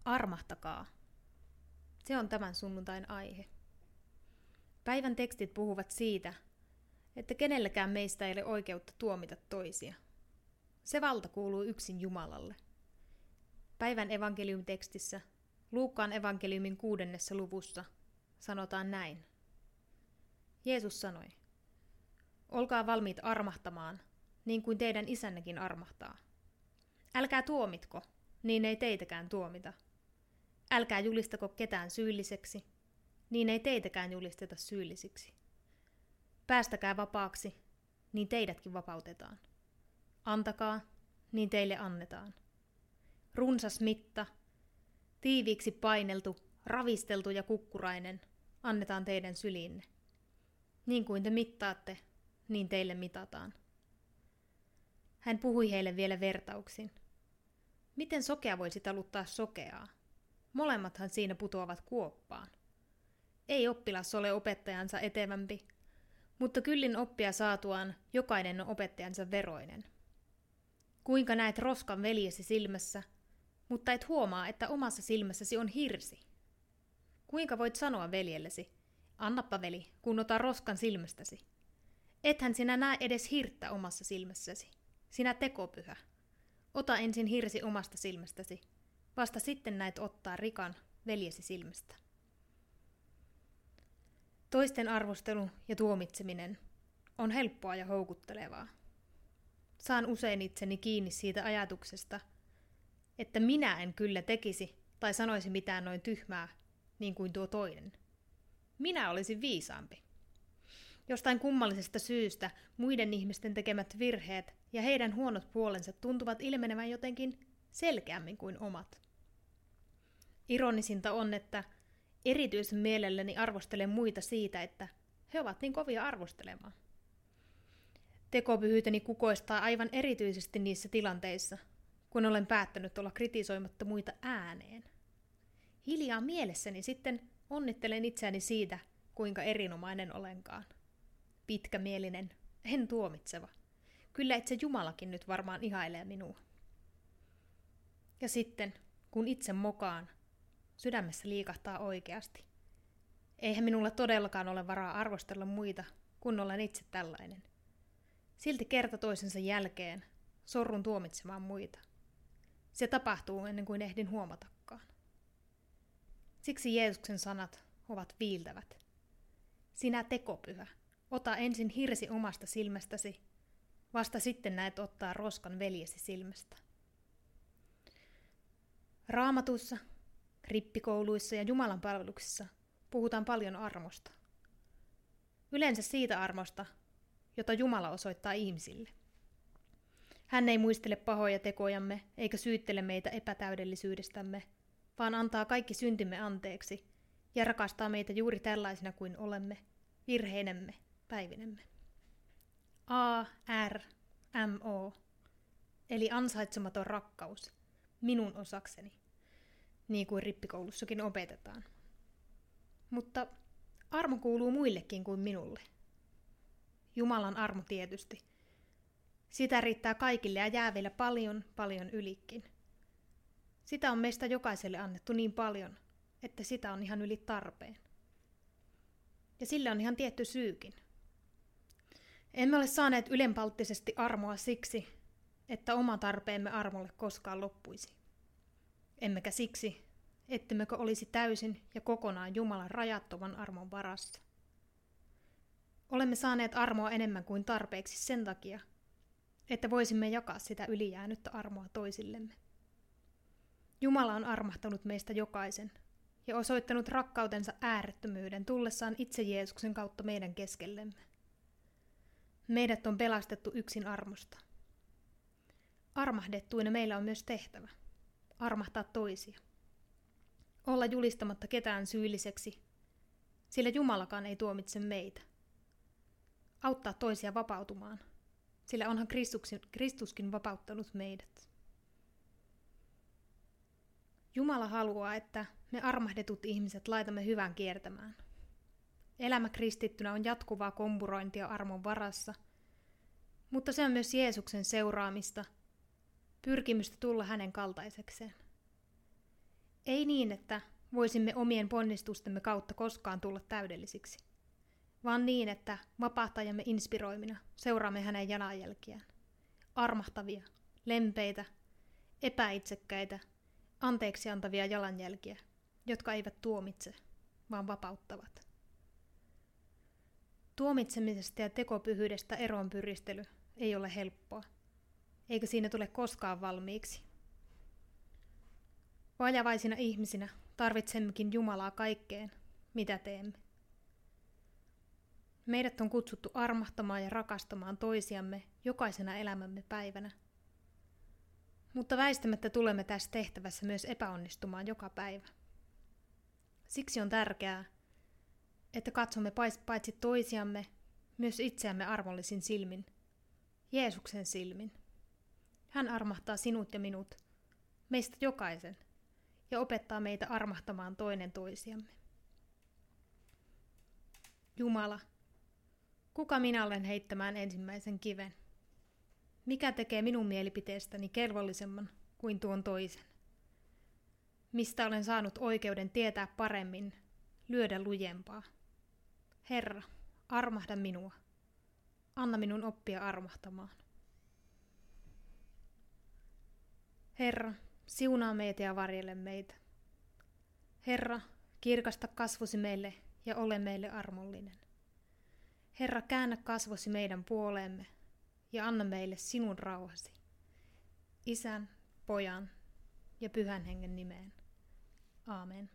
Armahtakaa. Se on tämän sunnuntain aihe. Päivän tekstit puhuvat siitä, että kenelläkään meistä ei ole oikeutta tuomita toisia. Se valta kuuluu yksin Jumalalle. Päivän evankeliumtekstissä, Luukkaan evankeliumin 6. luvussa, sanotaan näin. Jeesus sanoi, olkaa valmiit armahtamaan, niin kuin teidän isännekin armahtaa. Älkää tuomitko, niin ei teitäkään tuomita. Älkää julistako ketään syylliseksi, niin ei teitäkään julisteta syyllisiksi. Päästäkää vapaaksi, niin teidätkin vapautetaan. Antakaa, niin teille annetaan. Runsas mitta, tiiviiksi paineltu, ravisteltu ja kukkurainen annetaan teidän syliinne. Niin kuin te mittaatte, niin teille mitataan. Hän puhui heille vielä vertauksin. Miten sokea voisi taluttaa sokeaa? Molemmathan siinä putoavat kuoppaan. Ei oppilas ole opettajansa etevämpi, mutta kyllin oppia saatuaan jokainen on opettajansa veroinen. Kuinka näet roskan veljesi silmässä, mutta et huomaa, että omassa silmässäsi on hirsi? Kuinka voit sanoa veljellesi, annappa veli, kun ota roskan silmästäsi? Ethän sinä näe edes hirttä omassa silmässäsi. Sinä tekopyhä. Ota ensin hirsi omasta silmästäsi. Vasta sitten näet ottaa rikan veljesi silmästä. Toisten arvostelu ja tuomitseminen on helppoa ja houkuttelevaa. Saan usein itseni kiinni siitä ajatuksesta, että minä en kyllä tekisi tai sanoisi mitään noin tyhmää, niin kuin tuo toinen. Minä olisin viisaampi. Jostain kummallisesta syystä muiden ihmisten tekemät virheet ja heidän huonot puolensa tuntuvat ilmenevän jotenkin selkeämmin kuin omat. Ironisinta on, että erityisen mielelläni arvostelen muita siitä, että he ovat niin kovia arvostelemaan. Tekopyhyyteni kukoistaa aivan erityisesti niissä tilanteissa, kun olen päättänyt olla kritisoimatta muita ääneen. Hiljaa mielessäni sitten onnittelen itseäni siitä, kuinka erinomainen olenkaan. Pitkämielinen, en tuomitseva. Kyllä itse Jumalakin nyt varmaan ihailee minua. Ja sitten, kun itse mokaan, sydämessä liikahtaa oikeasti. Eihän minulla todellakaan ole varaa arvostella muita, kun olen itse tällainen. Silti kerta toisensa jälkeen sorrun tuomitsemaan muita. Se tapahtuu ennen kuin ehdin huomatakaan. Siksi Jeesuksen sanat ovat viiltävät. Sinä tekopyhä, ota ensin hirsi omasta silmästäsi, vasta sitten näet ottaa roskan veljesi silmästä. Raamatussa, rippikouluissa ja Jumalan palveluksissa puhutaan paljon armosta. Yleensä siitä armosta, jota Jumala osoittaa ihmisille. Hän ei muistele pahoja tekojamme eikä syyttele meitä epätäydellisyydestämme, vaan antaa kaikki syntimme anteeksi ja rakastaa meitä juuri tällaisina kuin olemme, virheinemme, päivinemme. A-R-M-O, eli ansaitsematon rakkaus, minun osakseni, niin kuin rippikoulussakin opetetaan. Mutta armo kuuluu muillekin kuin minulle. Jumalan armo tietysti. Sitä riittää kaikille ja jää vielä paljon ylikin. Sitä on meistä jokaiselle annettu niin paljon, että sitä on ihan yli tarpeen. Ja sille on ihan tietty syykin. Emme ole saaneet ylenpalttisesti armoa siksi, että oma tarpeemme armolle koskaan loppuisi. Emmekä siksi, ettemmekö olisi täysin ja kokonaan Jumalan rajattoman armon varassa. Olemme saaneet armoa enemmän kuin tarpeeksi sen takia, että voisimme jakaa sitä ylijäänyttä armoa toisillemme. Jumala on armahtanut meistä jokaisen ja osoittanut rakkautensa äärettömyyden tullessaan itse Jeesuksen kautta meidän keskellemme. Meidät on pelastettu yksin armosta. Armahdettuina meillä on myös tehtävä. Armahtaa toisia. Olla julistamatta ketään syylliseksi, sillä Jumalakaan ei tuomitse meitä. Auttaa toisia vapautumaan, sillä onhan Kristuskin vapauttanut meidät. Jumala haluaa, että me armahdetut ihmiset laitamme hyvän kiertämään. Elämä kristittynä on jatkuvaa kompurointia armon varassa, mutta se on myös Jeesuksen seuraamista, pyrkimystä tulla hänen kaltaisekseen. Ei niin, että voisimme omien ponnistustemme kautta koskaan tulla täydellisiksi, vaan niin, että vapahtajamme inspiroimina seuraamme hänen jalanjälkiään. Armahtavia, lempeitä, epäitsekkäitä, anteeksi antavia jalanjälkiä, jotka eivät tuomitse, vaan vapauttavat. Tuomitsemisesta ja tekopyhyydestä eroon pyristely ei ole helppoa, eikä siinä tule koskaan valmiiksi. Vajavaisina ihmisinä tarvitsemmekin Jumalaa kaikkeen, mitä teemme. Meidät on kutsuttu armahtamaan ja rakastamaan toisiamme jokaisena elämämme päivänä. Mutta väistämättä tulemme tässä tehtävässä myös epäonnistumaan joka päivä. Siksi on tärkeää, että katsomme paitsi toisiamme, myös itseämme armollisin silmin, Jeesuksen silmin. Hän armahtaa sinut ja minut, meistä jokaisen, ja opettaa meitä armahtamaan toinen toisiamme. Jumala, kuka minä olen heittämään ensimmäisen kiven? Mikä tekee minun mielipiteestäni kelvollisemman kuin tuon toisen? Mistä olen saanut oikeuden tietää paremmin, lyödä lujempaa? Herra, armahda minua. Anna minun oppia armahtamaan. Herra, siunaa meitä ja varjele meitä. Herra, kirkasta kasvosi meille ja ole meille armollinen. Herra, käännä kasvosi meidän puoleemme ja anna meille sinun rauhasi. Isän, Pojan ja Pyhän Hengen nimeen. Aamen.